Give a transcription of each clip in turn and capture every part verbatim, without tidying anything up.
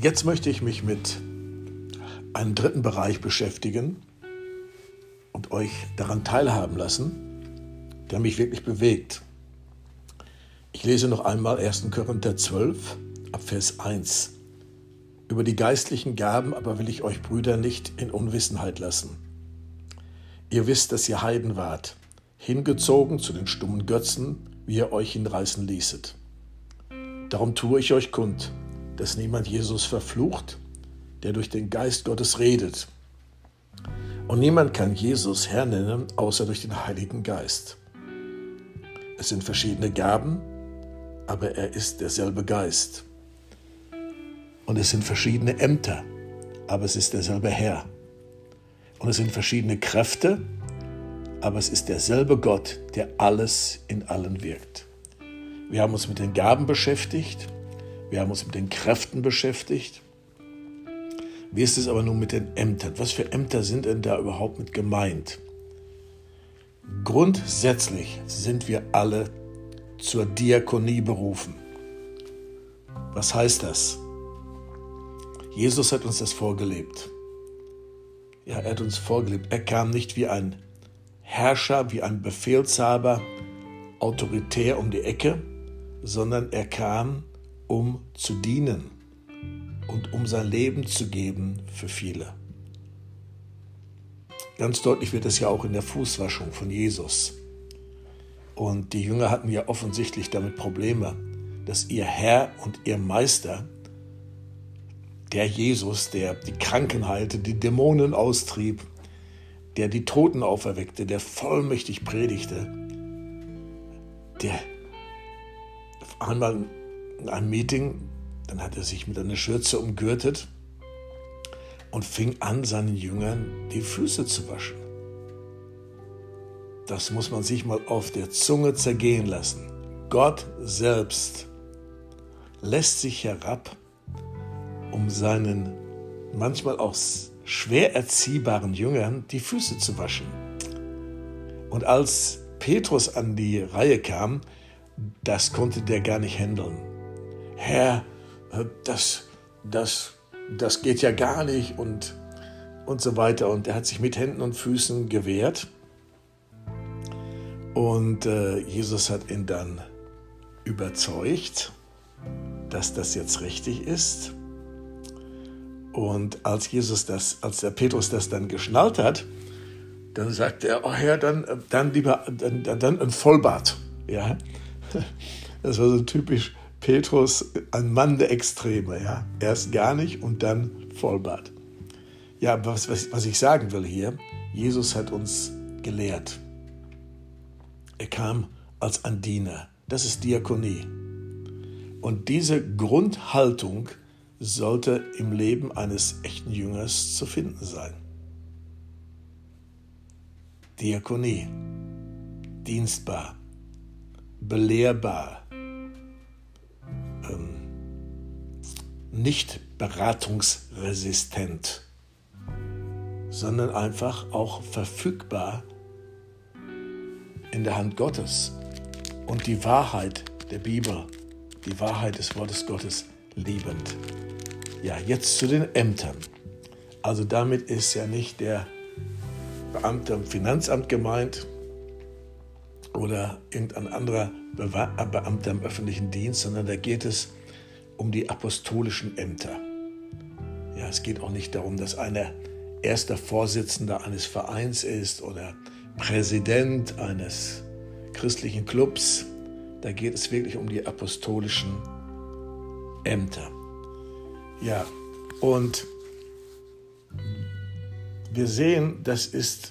Jetzt möchte ich mich mit einem dritten Bereich beschäftigen und euch daran teilhaben lassen, der mich wirklich bewegt. Ich lese noch einmal erster Korinther zwölf, ab Vers eins. Über die geistlichen Gaben aber will ich euch, Brüder, nicht in Unwissenheit lassen. Ihr wisst, dass ihr Heiden wart, hingezogen zu den stummen Götzen, wie ihr euch hinreißen ließet. Darum tue ich euch kund, dass niemand Jesus verflucht, der durch den Geist Gottes redet. Und niemand kann Jesus Herr nennen, außer durch den Heiligen Geist. Es sind verschiedene Gaben, aber er ist derselbe Geist. Und es sind verschiedene Ämter, aber es ist derselbe Herr. Und es sind verschiedene Kräfte, aber es ist derselbe Gott, der alles in allen wirkt. Wir haben uns mit den Gaben beschäftigt, wir haben uns mit den Kräften beschäftigt. Wie ist es aber nun mit den Ämtern? Was für Ämter sind denn da überhaupt mit gemeint? Grundsätzlich sind wir alle zur Diakonie berufen. Was heißt das? Jesus hat uns das vorgelebt. Ja, er hat uns vorgelebt. Er kam nicht wie ein Herrscher, wie ein Befehlshaber, autoritär um die Ecke, sondern er kam, um zu dienen und um sein Leben zu geben für viele. Ganz deutlich wird es ja auch in der Fußwaschung von Jesus. Und die Jünger hatten ja offensichtlich damit Probleme, dass ihr Herr und ihr Meister, der Jesus, der die Kranken heilte, die Dämonen austrieb, der die Toten auferweckte, der vollmächtig predigte, der einmal in einem Meeting, dann hat er sich mit einer Schürze umgürtet und fing an, seinen Jüngern die Füße zu waschen. Das muss man sich mal auf der Zunge zergehen lassen. Gott selbst lässt sich herab, um seinen manchmal auch schwer erziehbaren Jüngern die Füße zu waschen. Und als Petrus an die Reihe kam, das konnte der gar nicht handeln. Herr, das, das, das geht ja gar nicht und, und so weiter. Und er hat sich mit Händen und Füßen gewehrt. Und äh, Jesus hat ihn dann überzeugt, dass das jetzt richtig ist. Und als Jesus das, als der Petrus das dann geschnallt hat, dann sagte er, oh Herr, dann, dann lieber, dann, dann ein Vollbart. Ja, das war so typisch Petrus, ein Mann der Extreme. Ja, erst gar nicht und dann Vollbart. Ja, was, was, was ich sagen will hier, Jesus hat uns gelehrt. Er kam als ein Diener. Das ist Diakonie. Und diese Grundhaltung sollte im Leben eines echten Jüngers zu finden sein. Diakonie, dienstbar, belehrbar, ähm, nicht beratungsresistent, sondern einfach auch verfügbar in der Hand Gottes und die Wahrheit der Bibel, die Wahrheit des Wortes Gottes liebend. Ja, jetzt zu den Ämtern. Also damit ist ja nicht der Beamte im Finanzamt gemeint oder irgendein anderer Beamter im öffentlichen Dienst, sondern da geht es um die apostolischen Ämter. Ja, es geht auch nicht darum, dass einer erster Vorsitzender eines Vereins ist oder Präsident eines christlichen Clubs. Da geht es wirklich um die apostolischen Ämter. Ja, und wir sehen, das ist,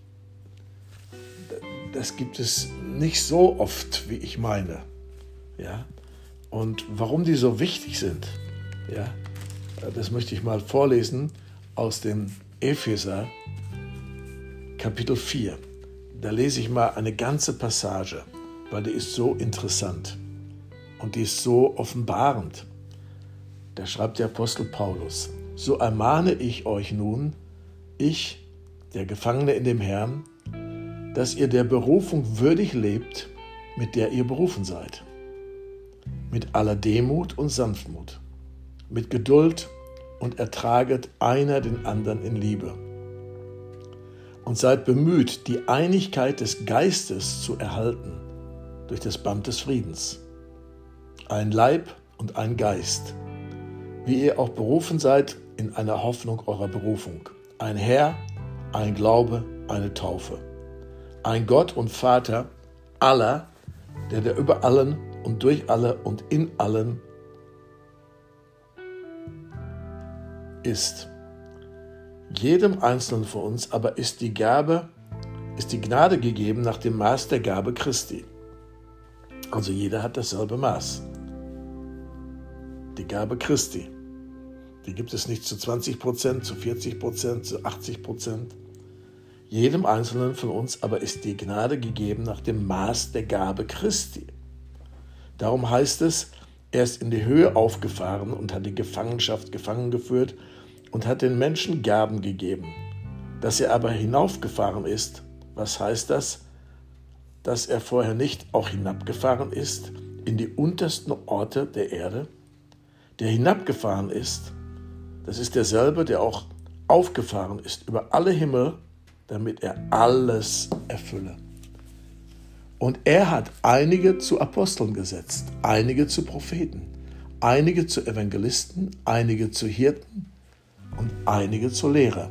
das gibt es nicht so oft, wie ich meine. Ja, und warum die so wichtig sind, ja, das möchte ich mal vorlesen aus dem Epheser Kapitel vier. Da lese ich mal eine ganze Passage, weil die ist so interessant und die ist so offenbarend. Da schreibt der Apostel Paulus: So ermahne ich euch nun, ich, der Gefangene in dem Herrn, dass ihr der Berufung würdig lebt, mit der ihr berufen seid. Mit aller Demut und Sanftmut, mit Geduld und ertraget einer den anderen in Liebe. Und seid bemüht, die Einigkeit des Geistes zu erhalten durch das Band des Friedens. Ein Leib und ein Geist, wie ihr auch berufen seid in einer Hoffnung eurer Berufung. Ein Herr, ein Glaube, eine Taufe. Ein Gott und Vater aller, der der über allen und durch alle und in allen ist. Jedem Einzelnen von uns aber ist die Gabe, ist die Gnade gegeben nach dem Maß der Gabe Christi. Also jeder hat dasselbe Maß. Die Gabe Christi. Die gibt es nicht zu zwanzig Prozent, zu vierzig Prozent, zu achtzig Prozent. Jedem Einzelnen von uns aber ist die Gnade gegeben nach dem Maß der Gabe Christi. Darum heißt es, er ist in die Höhe aufgefahren und hat die Gefangenschaft gefangen geführt und hat den Menschen Gaben gegeben. Dass er aber hinaufgefahren ist, was heißt das? Dass er vorher nicht auch hinabgefahren ist in die untersten Orte der Erde? Der hinabgefahren ist, das ist derselbe, der auch aufgefahren ist über alle Himmel, damit er alles erfülle. Und er hat einige zu Aposteln gesetzt, einige zu Propheten, einige zu Evangelisten, einige zu Hirten und einige zu Lehrer.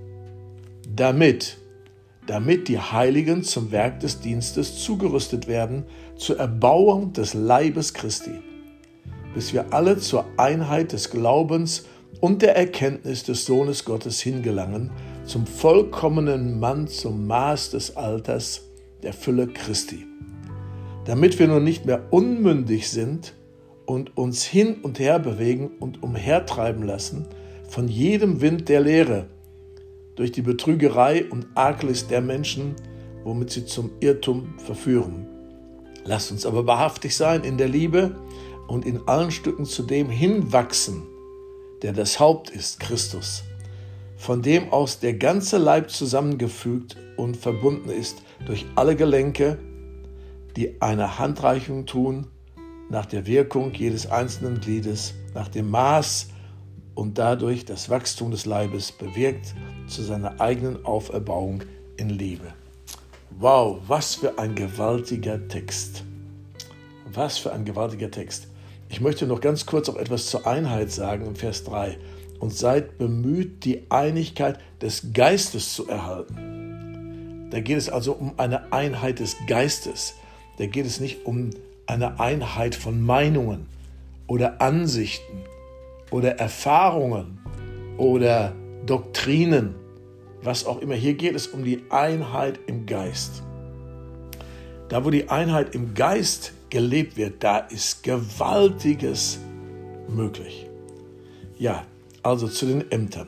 Damit, damit die Heiligen zum Werk des Dienstes zugerüstet werden, zur Erbauung des Leibes Christi, bis wir alle zur Einheit des Glaubens und der Erkenntnis des Sohnes Gottes hingelangen, zum vollkommenen Mann, zum Maß des Alters, der Fülle Christi. Damit wir nun nicht mehr unmündig sind und uns hin und her bewegen und umhertreiben lassen von jedem Wind der Lehre, durch die Betrügerei und Arglist der Menschen, womit sie zum Irrtum verführen. Lasst uns aber wahrhaftig sein in der Liebe und in allen Stücken zu dem hinwachsen, der das Haupt ist, Christus, von dem aus der ganze Leib zusammengefügt und verbunden ist durch alle Gelenke, die eine Handreichung tun, nach der Wirkung jedes einzelnen Gliedes, nach dem Maß und dadurch das Wachstum des Leibes bewirkt zu seiner eigenen Auferbauung in Liebe. Wow, was für ein gewaltiger Text. Was für ein gewaltiger Text. Ich möchte noch ganz kurz auch etwas zur Einheit sagen im Vers drei. Und seid bemüht, die Einigkeit des Geistes zu erhalten. Da geht es also um eine Einheit des Geistes. Da geht es nicht um eine Einheit von Meinungen oder Ansichten oder Erfahrungen oder Doktrinen, was auch immer. Hier geht es um die Einheit im Geist. Da, wo die Einheit im Geist gelebt wird, da ist Gewaltiges möglich. Ja, also zu den Ämtern.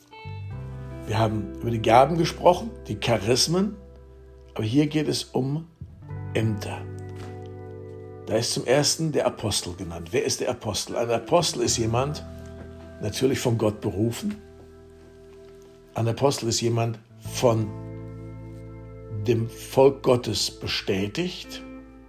Wir haben über die Gaben gesprochen, die Charismen, aber hier geht es um Ämter. Da ist zum ersten der Apostel genannt. Wer ist der Apostel? Ein Apostel ist jemand, natürlich von Gott berufen. Ein Apostel ist jemand von dem Volk Gottes bestätigt.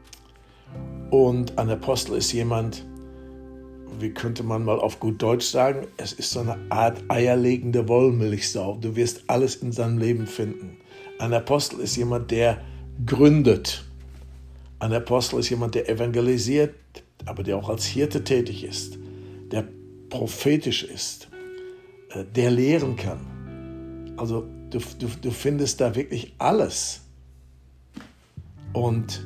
Und ein Apostel ist jemand, wie könnte man mal auf gut Deutsch sagen, es ist so eine Art eierlegende Wollmilchsau. Du wirst alles in seinem Leben finden. Ein Apostel ist jemand, der gründet. Ein Apostel ist jemand, der evangelisiert, aber der auch als Hirte tätig ist, der prophetisch ist, der lehren kann. Also du, du, du findest da wirklich alles. Und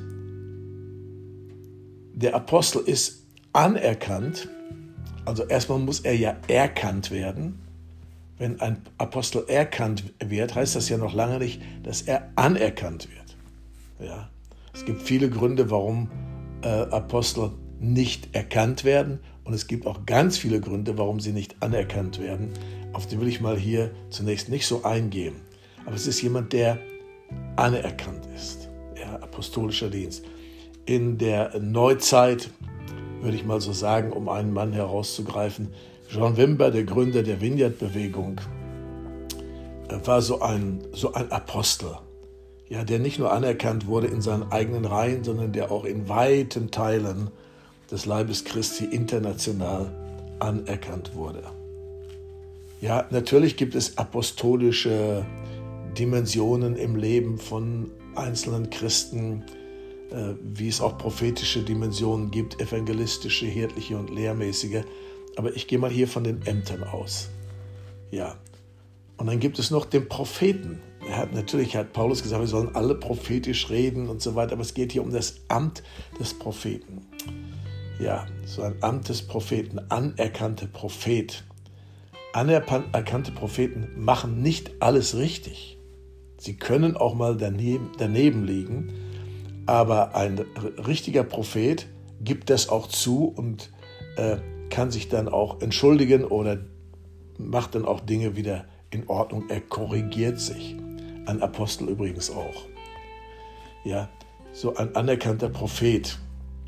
der Apostel ist anerkannt. Also erstmal muss er ja erkannt werden. Wenn ein Apostel erkannt wird, heißt das ja noch lange nicht, dass er anerkannt wird. Ja. Es gibt viele Gründe, warum äh, Apostel nicht erkannt werden. Und es gibt auch ganz viele Gründe, warum sie nicht anerkannt werden. Auf die will ich mal hier zunächst nicht so eingehen. Aber es ist jemand, der anerkannt ist. Ja, apostolischer Dienst. In der Neuzeit, würde ich mal so sagen, um einen Mann herauszugreifen, John Wimber, der Gründer der Vineyard-Bewegung, war so ein, so ein Apostel, ja, der nicht nur anerkannt wurde in seinen eigenen Reihen, sondern der auch in weiten Teilen des Leibes Christi international anerkannt wurde. Ja, natürlich gibt es apostolische Dimensionen im Leben von einzelnen Christen, äh, wie es auch prophetische Dimensionen gibt, evangelistische, hirtliche und lehrmäßige. Aber ich gehe mal hier von den Ämtern aus. Ja. Und dann gibt es noch den Propheten. Er hat, natürlich hat Paulus gesagt, wir sollen alle prophetisch reden und so weiter, aber es geht hier um das Amt des Propheten. Ja, so ein Amt des Propheten, anerkannte Prophet. Anerkannte Propheten machen nicht alles richtig. Sie können auch mal daneben, daneben liegen, aber ein richtiger Prophet gibt das auch zu und äh, kann sich dann auch entschuldigen oder macht dann auch Dinge wieder in Ordnung. Er korrigiert sich. Ein Apostel übrigens auch. Ja, so ein anerkannter Prophet.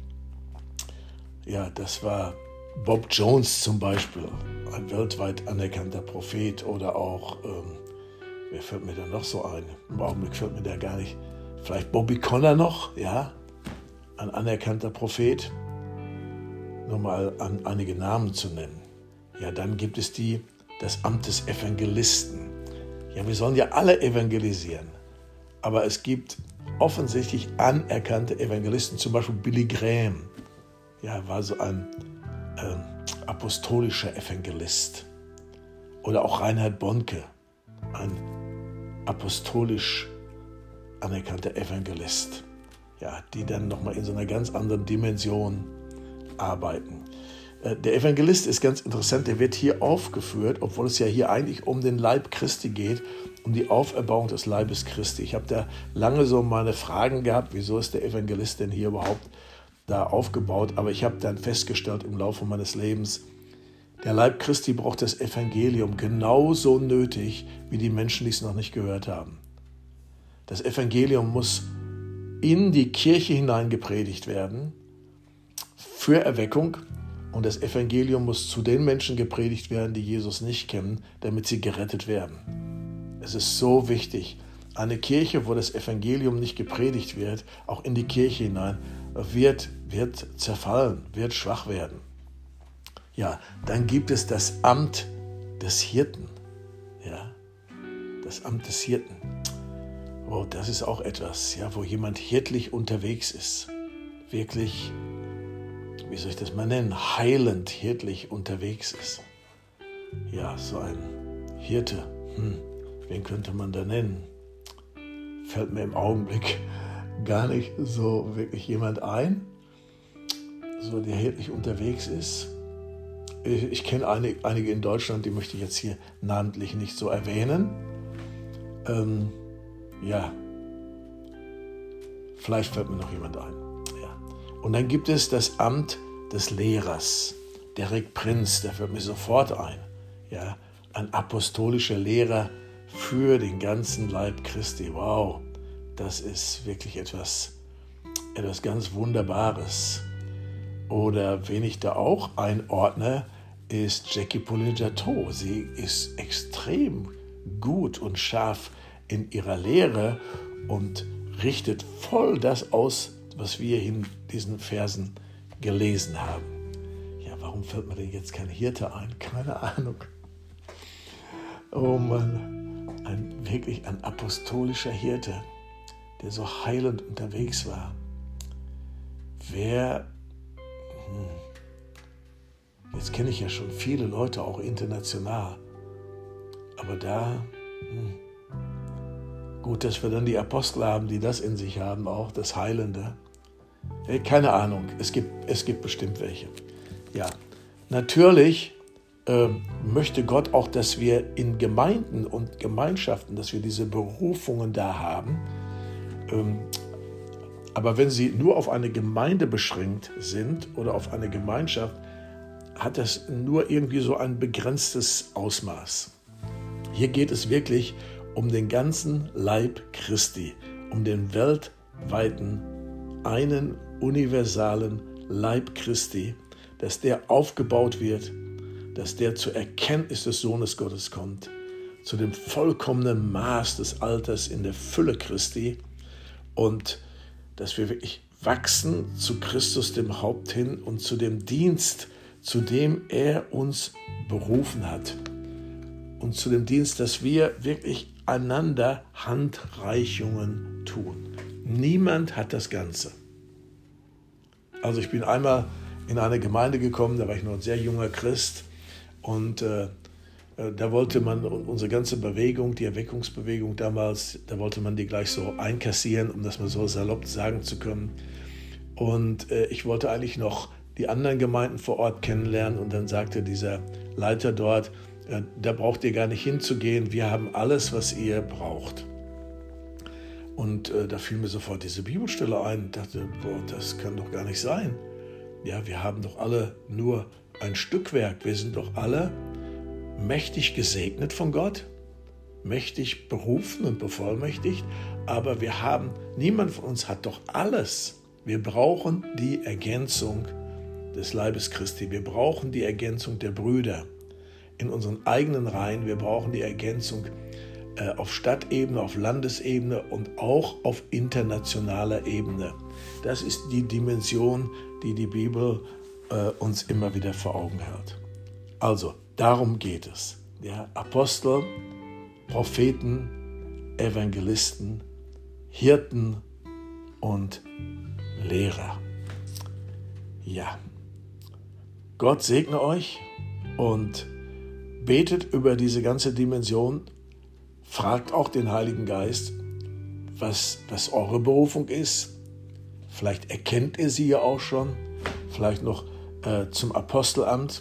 Ja, das war Bob Jones zum Beispiel, ein weltweit anerkannter Prophet, oder auch, ähm, wer fällt mir da noch so ein? Im Augenblick fällt mir da gar nicht. Vielleicht Bobby Conner noch, ja, ein anerkannter Prophet. Nur mal an einige Namen zu nennen. Ja, dann gibt es die, das Amt des Evangelisten. Ja, wir sollen ja alle evangelisieren, aber es gibt offensichtlich anerkannte Evangelisten, zum Beispiel Billy Graham. Ja, war so ein ähm, apostolischer Evangelist. Oder auch Reinhard Bonke, ein apostolisch anerkannter Evangelist. Ja, die dann nochmal in so einer ganz anderen Dimension arbeiten. Äh, der Evangelist ist ganz interessant, der wird hier aufgeführt, obwohl es ja hier eigentlich um den Leib Christi geht, um die Auferbauung des Leibes Christi. Ich habe da lange so meine Fragen gehabt, wieso ist der Evangelist denn hier überhaupt da aufgebaut, aber ich habe dann festgestellt im Laufe meines Lebens, der Leib Christi braucht das Evangelium genauso nötig, wie die Menschen, die es noch nicht gehört haben. Das Evangelium muss in die Kirche hinein gepredigt werden, für Erweckung, und das Evangelium muss zu den Menschen gepredigt werden, die Jesus nicht kennen, damit sie gerettet werden. Es ist so wichtig. Eine Kirche, wo das Evangelium nicht gepredigt wird, auch in die Kirche hinein, wird, wird zerfallen, wird schwach werden. Ja, dann gibt es das Amt des Hirten. Ja, das Amt des Hirten. Oh, das ist auch etwas, ja, wo jemand hirtlich unterwegs ist. Wirklich, wie soll ich das mal nennen, heilend hirtlich unterwegs ist. Ja, so ein Hirte, hm, wen könnte man da nennen? Fällt mir im Augenblick gar nicht so wirklich jemand ein, so der hirtlich unterwegs ist. Ich, ich kenne einige, einige in Deutschland, die möchte ich jetzt hier namentlich nicht so erwähnen. Ähm, ja, vielleicht fällt mir noch jemand ein. Ja. Und dann gibt es das Amt des Lehrers. Derek Prinz, der fällt mir sofort ein. Ja, ein apostolischer Lehrer für den ganzen Leib Christi. Wow, das ist wirklich etwas, etwas ganz Wunderbares. Oder wen ich da auch einordne, ist Jackie Pullinger-Toh. Sie ist extrem gut und scharf in ihrer Lehre und richtet voll das aus, was wir in diesen Versen gelesen haben. Ja, warum fällt mir denn jetzt kein Hirte ein? Keine Ahnung. Oh Mann, ein, wirklich ein apostolischer Hirte, der so heilend unterwegs war. Wer, hm, jetzt kenne ich ja schon viele Leute, auch international, aber da, hm, gut, dass wir dann die Apostel haben, die das in sich haben, auch das Heilende. Hey, keine Ahnung, es gibt, es gibt bestimmt welche. Ja, natürlich äh, möchte Gott auch, dass wir in Gemeinden und Gemeinschaften, dass wir diese Berufungen da haben. Ähm, aber wenn sie nur auf eine Gemeinde beschränkt sind oder auf eine Gemeinschaft, hat das nur irgendwie so ein begrenztes Ausmaß. Hier geht es wirklich um den ganzen Leib Christi, um den weltweiten, einen universalen Leib Christi, dass der aufgebaut wird, dass der zur Erkenntnis des Sohnes Gottes kommt, zu dem vollkommenen Maß des Alters in der Fülle Christi, und dass wir wirklich wachsen zu Christus, dem Haupt hin, und zu dem Dienst, zu dem er uns berufen hat. und zu dem Dienst, dass wir wirklich einander Handreichungen tun. Niemand hat das Ganze. Also ich bin einmal in eine Gemeinde gekommen, da war ich noch ein sehr junger Christ und äh, da wollte man unsere ganze Bewegung, die Erweckungsbewegung damals, da wollte man die gleich so einkassieren, um das mal so salopp sagen zu können. Und äh, ich wollte eigentlich noch die anderen Gemeinden vor Ort kennenlernen und dann sagte dieser Leiter dort, äh, da braucht ihr gar nicht hinzugehen, wir haben alles, was ihr braucht. Und äh, da fiel mir sofort diese Bibelstelle ein und dachte, boah, das kann doch gar nicht sein. Ja, wir haben doch alle nur ein Stückwerk, wir sind doch alle mächtig gesegnet von Gott, mächtig berufen und bevollmächtigt, aber wir haben, niemand von uns hat doch alles. Wir brauchen die Ergänzung des Leibes Christi, wir brauchen die Ergänzung der Brüder in unseren eigenen Reihen, wir brauchen die Ergänzung äh, auf Stadtebene, auf Landesebene und auch auf internationaler Ebene. Das ist die Dimension, die die Bibel äh, uns immer wieder vor Augen hält. Also, darum geht es. Ja, Apostel, Propheten, Evangelisten, Hirten und Lehrer. Ja, Gott segne euch und betet über diese ganze Dimension. Fragt auch den Heiligen Geist, was, was eure Berufung ist. Vielleicht erkennt ihr sie ja auch schon. Vielleicht noch äh, zum Apostelamt.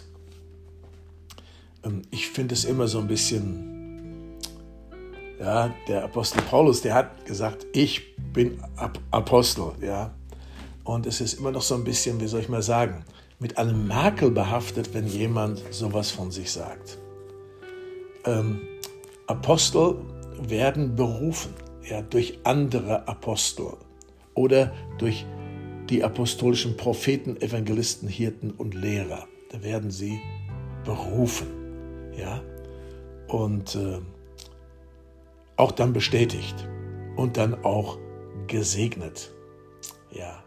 Ich finde es immer so ein bisschen, ja, der Apostel Paulus, der hat gesagt, ich bin Apostel, ja. Und es ist immer noch so ein bisschen, wie soll ich mal sagen, mit einem Makel behaftet, wenn jemand sowas von sich sagt. Ähm, Apostel werden berufen, ja, durch andere Apostel oder durch die apostolischen Propheten, Evangelisten, Hirten und Lehrer. Da werden sie berufen. Ja, und äh, auch dann bestätigt und dann auch gesegnet. Ja,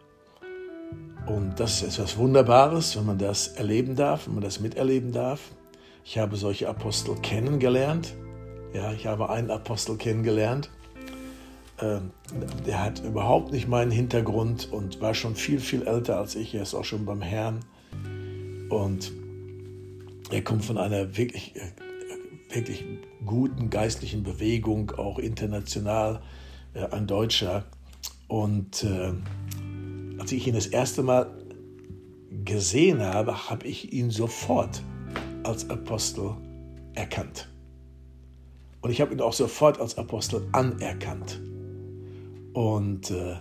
und das ist etwas Wunderbares, wenn man das erleben darf, wenn man das miterleben darf. Ich habe solche Apostel kennengelernt. Ja, ich habe einen Apostel kennengelernt. Äh, der hat überhaupt nicht meinen Hintergrund und war schon viel, viel älter als ich. Er ist auch schon beim Herrn. Und er kommt von einer wirklich, wirklich guten geistlichen Bewegung, auch international, äh, ein Deutscher. Und äh, als ich ihn das erste Mal gesehen habe, habe ich ihn sofort als Apostel erkannt. Und ich habe ihn auch sofort als Apostel anerkannt. Und äh,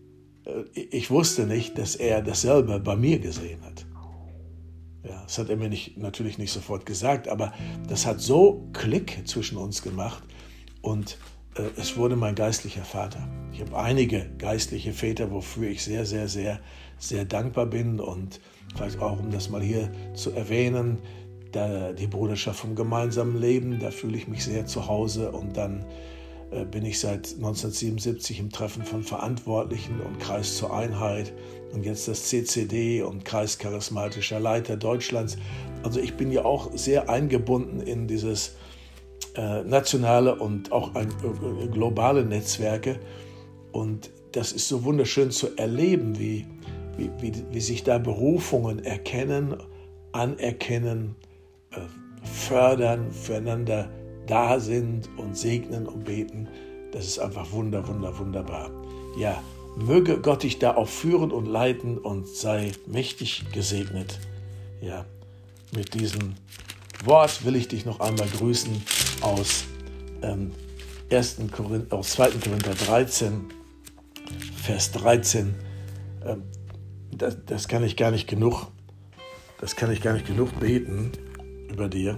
ich wusste nicht, dass er dasselbe bei mir gesehen hat. Ja, das hat er mir nicht, natürlich nicht sofort gesagt, aber das hat so Klick zwischen uns gemacht und äh, es wurde mein geistlicher Vater. Ich habe einige geistliche Väter, wofür ich sehr, sehr, sehr, sehr dankbar bin und vielleicht auch, um das mal hier zu erwähnen, da die Bruderschaft vom gemeinsamen Leben, da fühle ich mich sehr zu Hause und dann äh, bin ich seit neunzehnhundertsiebenundsiebzig im Treffen von Verantwortlichen und Kreis zur Einheit und jetzt das C C D und Kreis charismatischer Leiter Deutschlands. Also ich bin ja auch sehr eingebunden in dieses äh, nationale und auch ein, äh, globale Netzwerke und das ist so wunderschön zu erleben, wie, wie, wie, wie sich da Berufungen erkennen, anerkennen, äh, fördern, füreinander da sind und segnen und beten. Das ist einfach wunder, wunder, wunderbar. Ja, möge Gott dich da auch führen und leiten und sei mächtig gesegnet. Ja, mit diesem Wort will ich dich noch einmal grüßen aus, ähm, ersten Korinther, aus zweiten Korinther dreizehn, Vers dreizehn. Ähm, das, das kann ich gar nicht genug, das kann ich gar nicht genug beten über dir.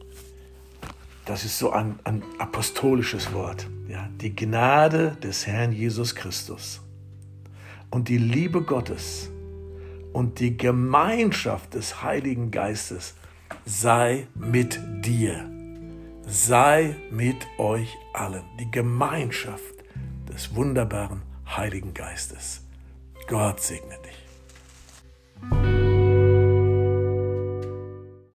Das ist so ein, ein apostolisches Wort. Ja? Die Gnade des Herrn Jesus Christus und die Liebe Gottes und die Gemeinschaft des Heiligen Geistes sei mit dir, sei mit euch allen. Die Gemeinschaft des wunderbaren Heiligen Geistes. Gott segne dich.